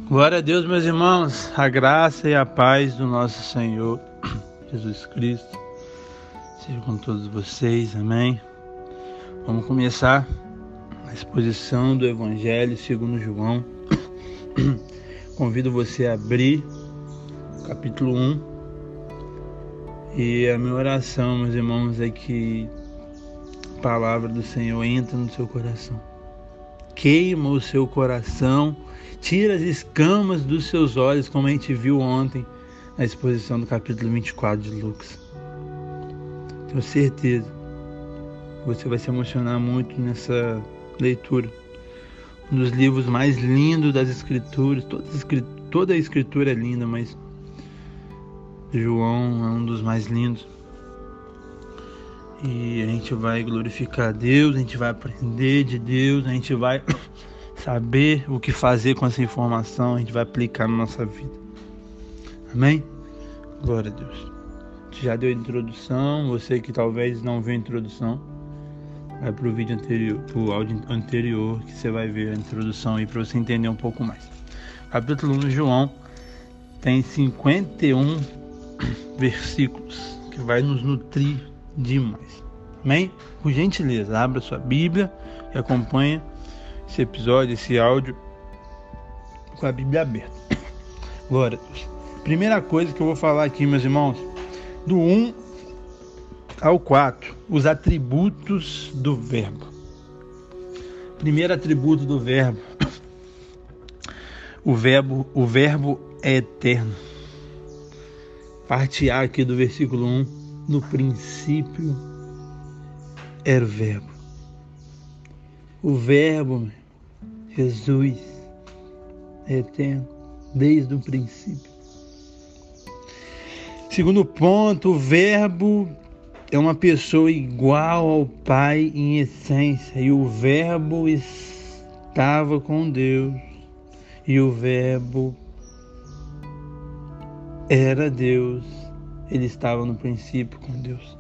Glória a Deus, meus irmãos, a graça e a paz do nosso Senhor Jesus Cristo seja com todos vocês, amém? Vamos começar a exposição do Evangelho segundo João. Convido você a abrir o capítulo 1 e a minha oração, meus irmãos, é que a palavra do Senhor entre no seu coração, queima o seu coração, tira as escamas dos seus olhos, como a gente viu ontem na exposição do capítulo 24 de Lucas. Tenho certeza que você vai se emocionar muito nessa leitura. Um dos livros mais lindos das Escrituras. Toda a Escritura é linda, mas João é um dos mais lindos. E a gente vai glorificar a Deus, a gente vai aprender de Deus, a gente vai saber o que fazer com essa informação, a gente vai aplicar na nossa vida. Amém? Glória a Deus. A gente já deu a introdução, você que talvez não viu a introdução, vai pro vídeo anterior, pro áudio anterior, que você vai ver a introdução aí para você entender um pouco mais. Capítulo 1 de João tem 51 versículos que vai nos nutrir demais. Amém? Por gentileza, abra sua Bíblia e acompanha esse episódio, esse áudio com a Bíblia aberta. Glória a Deus. Primeira coisa que eu vou falar aqui, meus irmãos, do 1 ao 4, os atributos do verbo. Primeiro atributo do verbo. O verbo é eterno. Parte A aqui do versículo 1. No princípio era o verbo. O verbo, Jesus, é eterno, desde o princípio. Segundo ponto, o verbo é uma pessoa igual ao Pai em essência. E o verbo estava com Deus. E o verbo era Deus. Ele estava no princípio com Deus.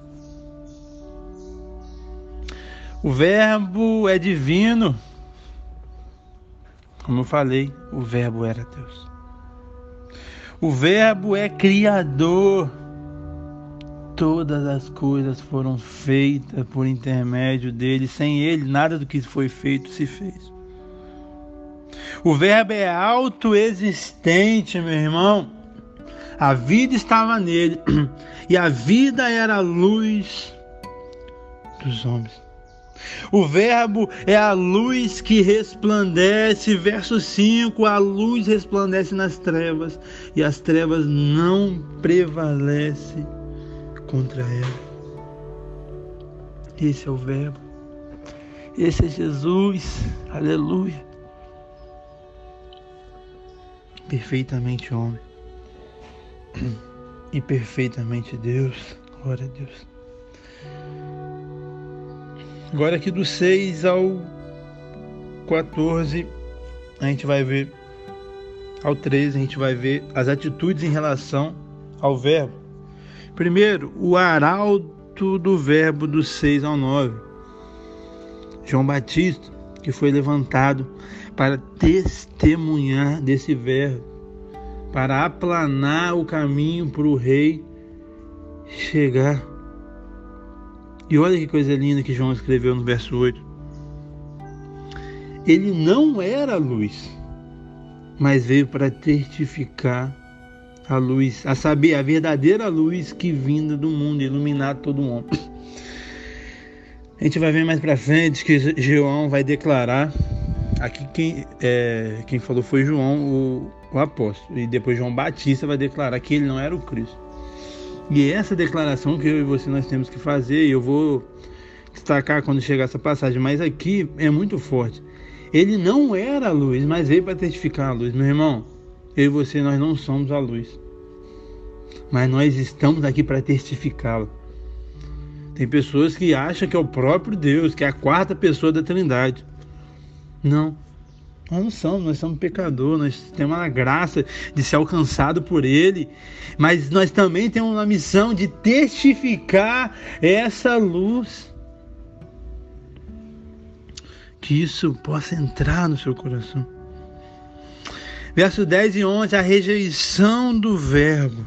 O verbo é divino. Como eu falei, o verbo era Deus. O verbo é criador. Todas as coisas foram feitas por intermédio dele. Sem ele, nada do que foi feito se fez. O verbo é autoexistente, meu irmão. A vida estava nele. E a vida era a luz dos homens. O verbo é a luz que resplandece, verso 5, a luz resplandece nas trevas, e as trevas não prevalecem contra ela. Esse é o verbo, esse é Jesus, aleluia, perfeitamente homem, e perfeitamente Deus, glória a Deus. Agora aqui do 6 ao 14, a gente vai ver, ao 13, a gente vai ver as atitudes em relação ao verbo. Primeiro, o arauto do verbo do 6 ao 9. João Batista, que foi levantado para testemunhar desse verbo, para aplanar o caminho para o rei chegar. E olha que coisa linda que João escreveu no verso 8. Ele não era luz, mas veio para testificar a luz, a saber, a verdadeira luz que vinda do mundo, iluminar todo mundo. A gente vai ver mais para frente que João vai declarar, aqui quem falou foi João, o apóstolo, e depois João Batista vai declarar que ele não era o Cristo. E essa declaração que eu e você nós temos que fazer, e eu vou destacar quando chegar essa passagem, mas aqui é muito forte. Ele não era a luz, mas veio para testificar a luz. Meu irmão, eu e você, nós não somos a luz, mas nós estamos aqui para testificá-la. Tem pessoas que acham que é o próprio Deus, que é a quarta pessoa da Trindade. Não. Nós não somos, nós somos pecadores, nós temos a graça de ser alcançado por Ele, mas nós também temos uma missão de testificar essa luz, que isso possa entrar no seu coração. Verso 10 e 11, a rejeição do verbo.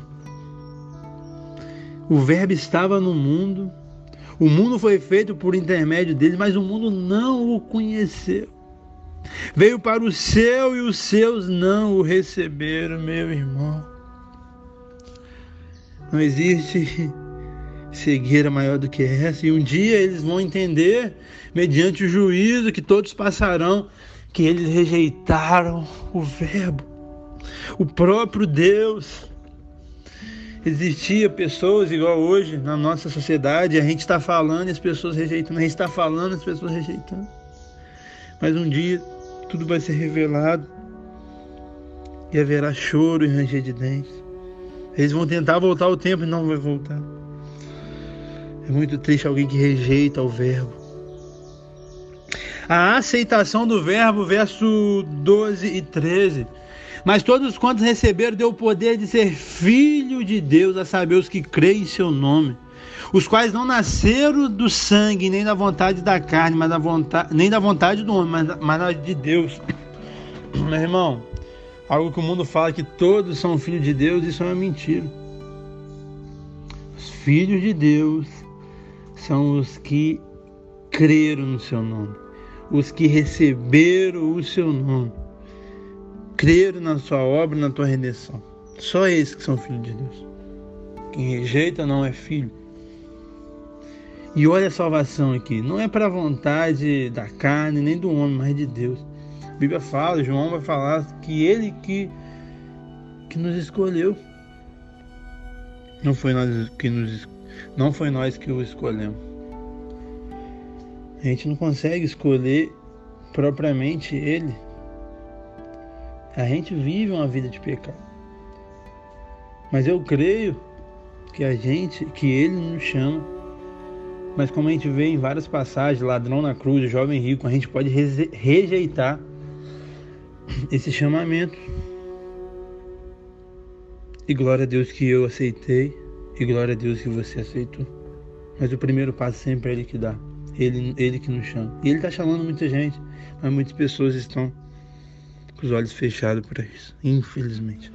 O verbo estava no mundo, o mundo foi feito por intermédio dele, mas o mundo não o conheceu. Veio para o seu e os seus não o receberam, meu irmão. Não existe cegueira maior do que essa. E um dia eles vão entender, mediante o juízo que todos passarão, que eles rejeitaram o verbo, o próprio Deus. Existia pessoas igual hoje na nossa sociedade, a gente está falando e as pessoas rejeitando, a gente está falando e as pessoas rejeitando. Mas um dia tudo vai ser revelado e haverá choro e ranger de dentes. Eles vão tentar voltar o tempo e não vai voltar. É muito triste alguém que rejeita o verbo. A aceitação do verbo, verso 12 e 13. Mas todos quantos receberam deu o poder de ser filho de Deus, a saber, os que creem em seu nome, os quais não nasceram do sangue, nem da vontade da carne, mas nem da vontade do homem, mas de Deus. Meu irmão, algo que o mundo fala que todos são filhos de Deus, isso é uma mentira. Os filhos de Deus são os que creram no seu nome, os que receberam o seu nome, creram na sua obra, na tua redenção. Só esses que são filhos de Deus. Quem rejeita não é filho. E olha a salvação aqui, não é para a vontade da carne nem do homem, mas de Deus. A Bíblia fala, João vai falar que ele que nos escolheu. Não foi nós que o escolhemos. A gente não consegue escolher propriamente ele. A gente vive uma vida de pecado. Mas eu creio que ele nos chama. Mas como a gente vê em várias passagens, ladrão na cruz, jovem rico, a gente pode rejeitar esse chamamento. E glória a Deus que eu aceitei, e glória a Deus que você aceitou. Mas o primeiro passo sempre é Ele que dá, Ele que nos chama. E Ele está chamando muita gente, mas muitas pessoas estão com os olhos fechados para isso, infelizmente.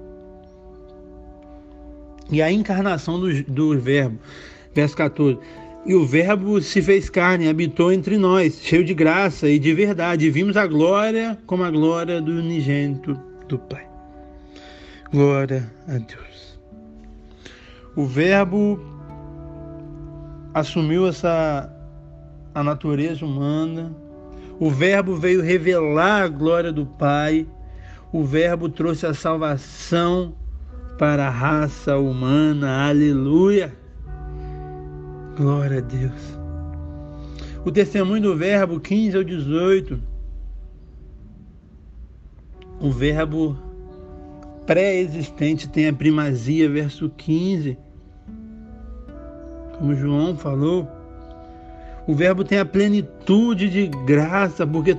E a encarnação do verbo, verso 14. E o verbo se fez carne, habitou entre nós, cheio de graça e de verdade. E vimos a glória como a glória do unigênito do Pai. Glória a Deus. O verbo assumiu a natureza humana. O verbo veio revelar a glória do Pai. O verbo trouxe a salvação para a raça humana. Aleluia! Glória a Deus. O testemunho do verbo, 15 ao 18. O verbo pré-existente tem a primazia, verso 15. Como João falou, o verbo tem a plenitude de graça, porque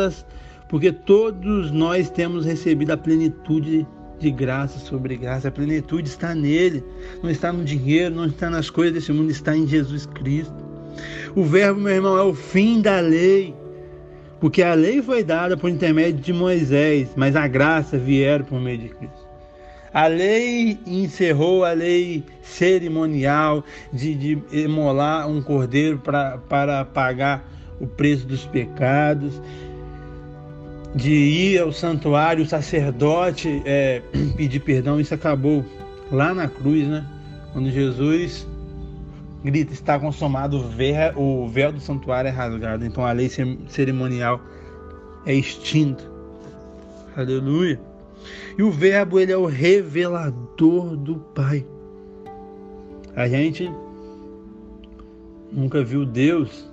todos nós temos recebido a plenitude de graça sobre graça. A plenitude está nele, não está no dinheiro, não está nas coisas desse mundo, está em Jesus Cristo. O verbo, meu irmão, é o fim da lei, porque a lei foi dada por intermédio de Moisés, mas a graça vieram por meio de Cristo. A lei encerrou a lei cerimonial de imolar um cordeiro para pagar o preço dos pecados, de ir ao santuário, o sacerdote pedir perdão. Isso acabou lá na cruz, né? Quando Jesus grita, está consumado, o véu do santuário é rasgado. Então a lei cerimonial é extinta. Aleluia. E o verbo, ele é o revelador do Pai. A gente nunca viu Deus,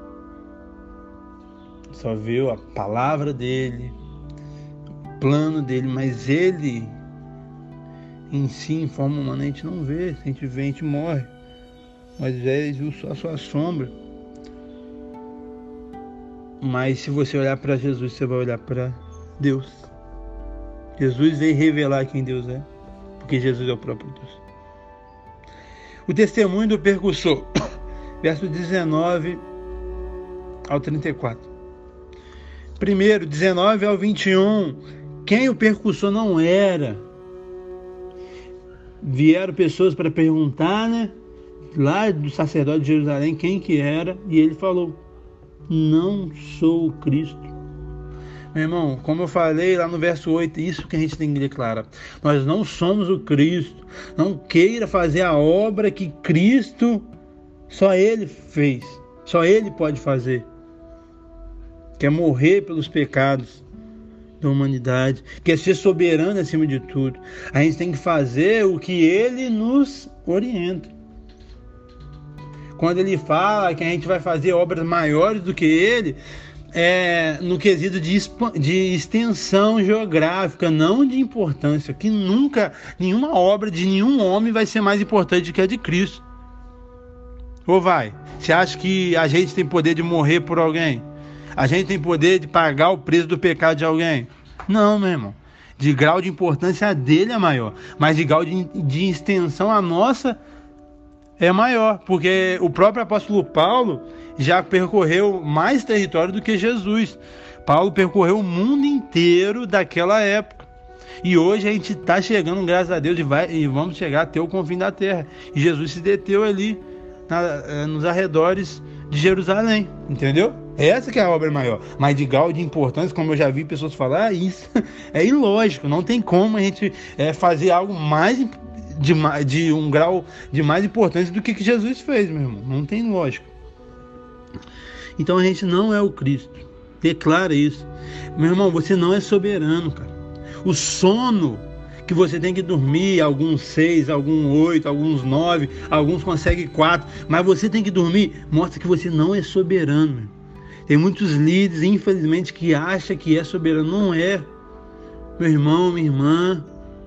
só viu a palavra dele, o plano dele, mas ele em si, em forma humana, a gente não vê. Se a gente vê, a gente morre. Moisés viu só a sua sombra. Mas se você olhar para Jesus, você vai olhar para Deus. Jesus veio revelar quem Deus é, porque Jesus é o próprio Deus. O testemunho do percussor, verso 19 ao 34. Primeiro, 19 ao 21, quem o percussor não era. Vieram pessoas para perguntar, né, lá do sacerdote de Jerusalém, quem que era, e ele falou: não sou o Cristo. Meu irmão, como eu falei lá no verso 8, isso que a gente tem que declarar: nós não somos o Cristo. Não queira fazer a obra que Cristo, só Ele fez, só Ele pode fazer, que é morrer pelos pecados da humanidade, que é ser soberano acima de tudo. A gente tem que fazer o que Ele nos orienta. Quando Ele fala que a gente vai fazer obras maiores do que Ele, no quesito de extensão geográfica, não de importância, que nunca, nenhuma obra de nenhum homem vai ser mais importante do que a de Cristo. Ou vai? Você acha que a gente tem poder de morrer por alguém? A gente tem poder de pagar o preço do pecado de alguém? Não, meu irmão. De grau de importância, a dele é maior, mas de grau de extensão, a nossa é maior, porque o próprio apóstolo Paulo já percorreu mais território do que Jesus. Paulo percorreu o mundo inteiro daquela época. E hoje a gente está chegando, graças a Deus, e vamos chegar até o confim da terra. E Jesus se deteu ali, nos arredores de Jerusalém, entendeu? Essa que é a obra maior. Mas de grau de importância, como eu já vi pessoas falar, isso é ilógico. Não tem como a gente fazer algo mais de um grau de mais importância do que Jesus fez, meu irmão. Não tem lógica. Então a gente não é o Cristo. Declara isso. Meu irmão, você não é soberano, cara. O sono que você tem que dormir, alguns 6, alguns 8, alguns 9, alguns conseguem 4, mas você tem que dormir, mostra que você não é soberano, meu. Tem muitos líderes, infelizmente, que acham que é soberano. Não é. Meu irmão, minha irmã,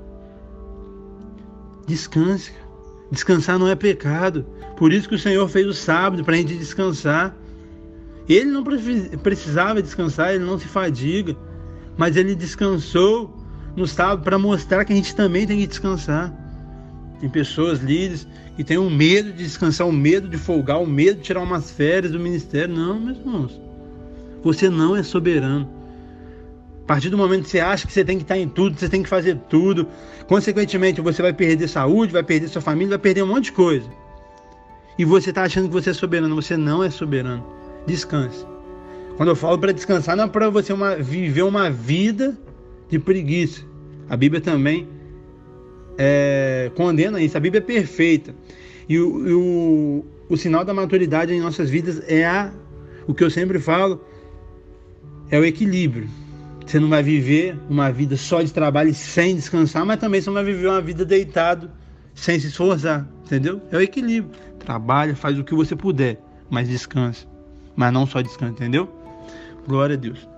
descanse. Descansar não é pecado. Por isso que o Senhor fez o sábado, para a gente descansar. Ele não precisava descansar, ele não se fadiga, mas ele descansou no sábado para mostrar que a gente também tem que descansar. Tem pessoas, líderes, que têm um medo de descansar, um medo de folgar, um medo de tirar umas férias do ministério. Não, meus irmãos, você não é soberano. A partir do momento que você acha que você tem que estar em tudo, você tem que fazer tudo, consequentemente você vai perder saúde, vai perder sua família, vai perder um monte de coisa. E você está achando que você é soberano. Você não é soberano. Descanse. Quando eu falo para descansar, não é para você viver uma vida de preguiça. A Bíblia também condena isso. A Bíblia é perfeita. E o sinal da maturidade em nossas vidas o que eu sempre falo, é o equilíbrio. Você não vai viver uma vida só de trabalho e sem descansar, mas também você não vai viver uma vida deitado sem se esforçar. Entendeu? É o equilíbrio. Trabalha, faz o que você puder, mas descansa. Mas não só descansa, entendeu? Glória a Deus.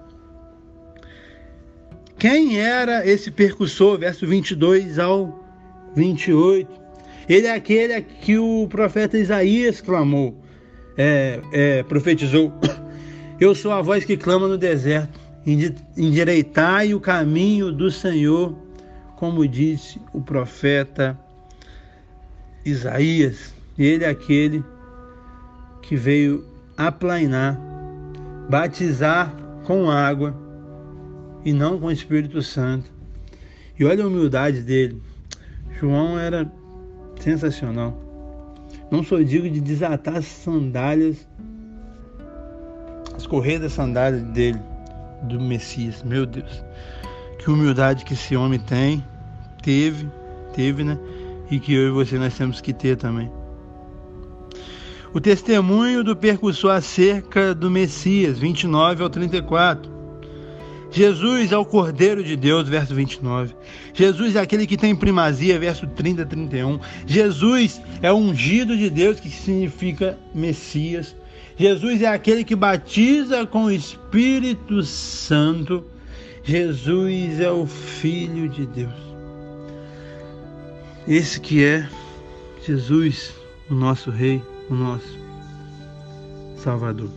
Quem era esse percussor? Verso 22 ao 28. Ele é aquele que o profeta Isaías clamou, profetizou. Eu sou a voz que clama no deserto. Endireitai o caminho do Senhor, como disse o profeta Isaías. Ele é aquele que veio aplainar, batizar com água e não com o Espírito Santo. E olha a humildade dele. João era sensacional. Não sou digno de desatar as sandálias, as correias das sandálias dele, do Messias. Meu Deus, que humildade que esse homem teve, né? E que eu e você nós temos que ter também. O testemunho do percussor acerca do Messias, 29 ao 34. Jesus é o Cordeiro de Deus, verso 29. Jesus é aquele que tem primazia, verso 30 a 31. Jesus é o ungido de Deus, que significa Messias. Jesus é aquele que batiza com o Espírito Santo. Jesus é o Filho de Deus. Esse que é Jesus, o nosso Rei, o nosso Salvador.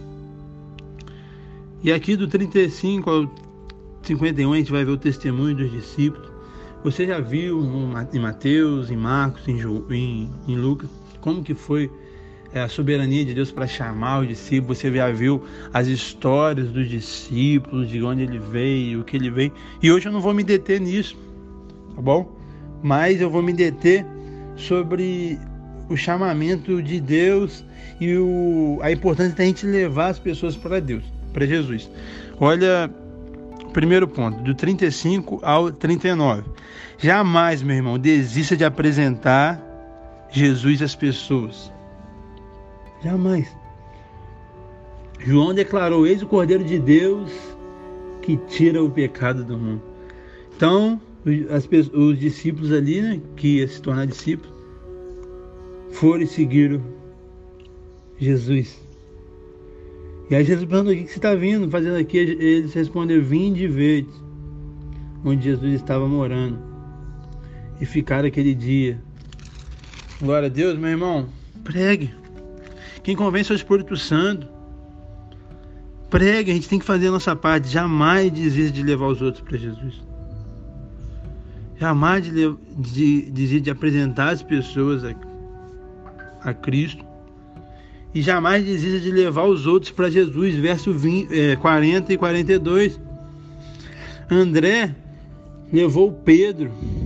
E aqui do 35 ao 51 a gente vai ver o testemunho dos discípulos. Você já viu em Mateus, em Marcos, em Lucas, como que foi a soberania de Deus para chamar os discípulos. Você já viu as histórias dos discípulos, de onde ele veio, o que ele veio. E hoje eu não vou me deter nisso, tá bom? Mas eu vou me deter sobre o chamamento de Deus e a importância da gente levar as pessoas para Deus, para Jesus. Olha o primeiro ponto, do 35 ao 39. Jamais, meu irmão, desista de apresentar Jesus às pessoas. Jamais. João declarou: eis o Cordeiro de Deus que tira o pecado do mundo. Então, os discípulos ali, né, que iam se tornar discípulos, foram e seguiram Jesus. E aí Jesus perguntou: o que você está vindo, fazendo aqui? Eles responderam: vinde e vede onde Jesus estava morando. E ficaram aquele dia. Glória a Deus, meu irmão. Pregue. Quem convence é o Espírito Santo. Pregue, a gente tem que fazer a nossa parte. Jamais desista de levar os outros para Jesus. Jamais desista de apresentar as pessoas a Cristo. E jamais desista de levar os outros para Jesus. Verso 40 e 42. André levou Pedro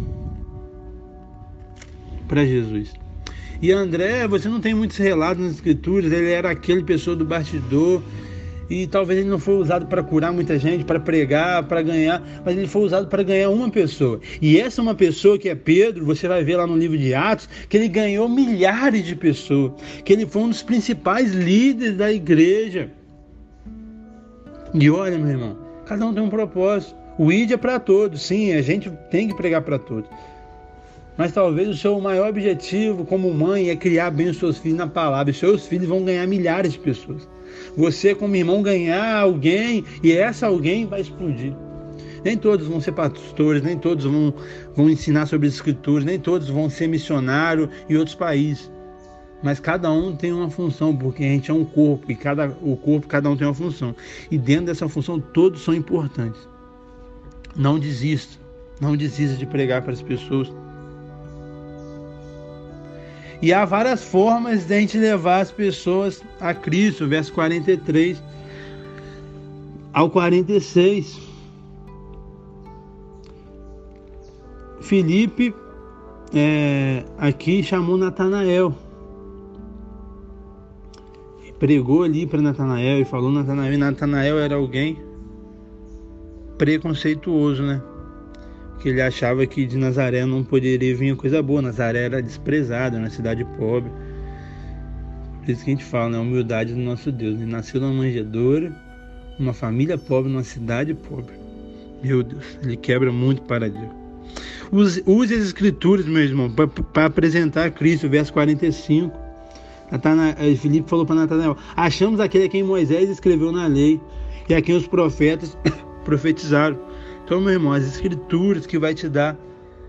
para Jesus. E André, você não tem muitos relatos nas escrituras. Ele era aquele pessoa do bastidor, e talvez ele não foi usado para curar muita gente, para pregar, para ganhar, mas ele foi usado para ganhar uma pessoa. E essa uma pessoa, que é Pedro, você vai ver lá no livro de Atos, que ele ganhou milhares de pessoas, que ele foi um dos principais líderes da igreja. E olha, meu irmão, cada um tem um propósito. O ID é para todos, sim, a gente tem que pregar para todos. Mas talvez o seu maior objetivo como mãe é criar bem os seus filhos na palavra. E seus filhos vão ganhar milhares de pessoas. Você como irmão ganhar alguém, e essa alguém vai explodir. Nem todos vão ser pastores, nem todos vão ensinar sobre as escrituras, nem todos vão ser missionários em outros países. Mas cada um tem uma função, porque a gente é um corpo, e cada um tem uma função. E dentro dessa função todos são importantes. Não desista de pregar para as pessoas. E há várias formas de a gente levar as pessoas a Cristo, verso 43 ao 46. Filipe aqui chamou Natanael. Pregou ali para Natanael e falou Natanael. E Natanael era alguém preconceituoso, né? Que ele achava que de Nazaré não poderia vir coisa boa. Nazaré era desprezada, uma cidade pobre. Por isso que a gente fala, né? A humildade do nosso Deus. Ele nasceu numa manjedoura, uma família pobre, numa cidade pobre. Meu Deus, ele quebra muito paradigma. Use as escrituras, meu irmão, para apresentar a Cristo. Verso 45. Filipe falou para Natanael: achamos aquele a quem Moisés escreveu na lei e a quem os profetas profetizaram. Então, meu irmão, as escrituras que vai te dar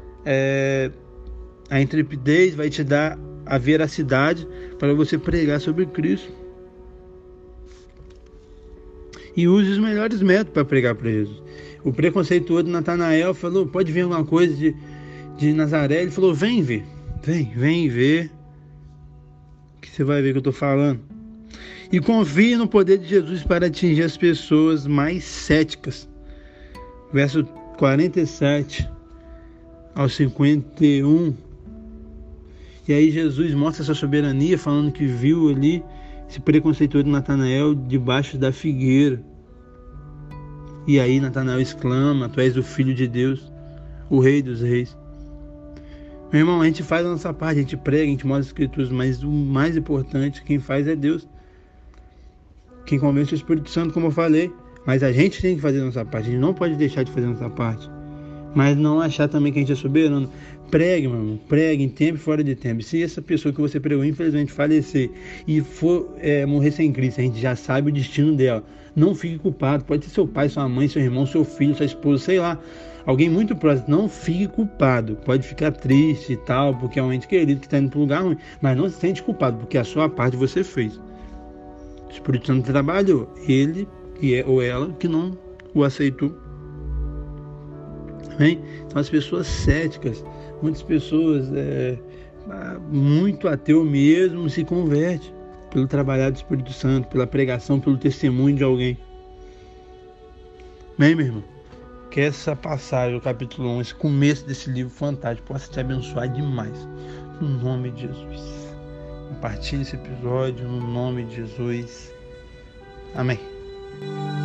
a intrepidez, vai te dar a veracidade para você pregar sobre Cristo. E use os melhores métodos para pregar para Jesus. O preconceituoso de Natanael falou: pode vir alguma coisa de Nazaré? Ele falou: vem ver, vem ver, que você vai ver o que eu estou falando. E confie no poder de Jesus para atingir as pessoas mais céticas. Verso 47 ao 51. E aí Jesus mostra essa soberania, falando que viu ali esse preconceituoso de Natanael debaixo da figueira. E aí Natanael exclama: tu és o Filho de Deus, o Rei dos Reis. Meu irmão, a gente faz a nossa parte, a gente prega, a gente mostra as escrituras, mas o mais importante, quem faz é Deus. Quem convence é o Espírito Santo, como eu falei. Mas a gente tem que fazer a nossa parte, a gente não pode deixar de fazer a nossa parte. Mas não achar também que a gente é soberano. Pregue, meu irmão, pregue em tempo e fora de tempo. Se essa pessoa que você pregou, infelizmente, falecer e for morrer sem Cristo, a gente já sabe o destino dela. Não fique culpado, pode ser seu pai, sua mãe, seu irmão, seu filho, sua esposa, sei lá. Alguém muito próximo, não fique culpado. Pode ficar triste e tal, porque é um ente querido que está indo para um lugar ruim. Mas não se sente culpado, porque a sua parte você fez. O Espírito Santo trabalhou, ele ou ela que não o aceitou. Amém? Então as pessoas céticas, muitas pessoas muito ateu mesmo se convertem. pelo trabalhar do Espírito Santo, pela pregação, pelo testemunho de alguém. Amém, meu irmão? Que essa passagem, o capítulo 1, esse começo desse livro fantástico, possa te abençoar demais. No nome de Jesus. Compartilhe esse episódio no nome de Jesus. Amém.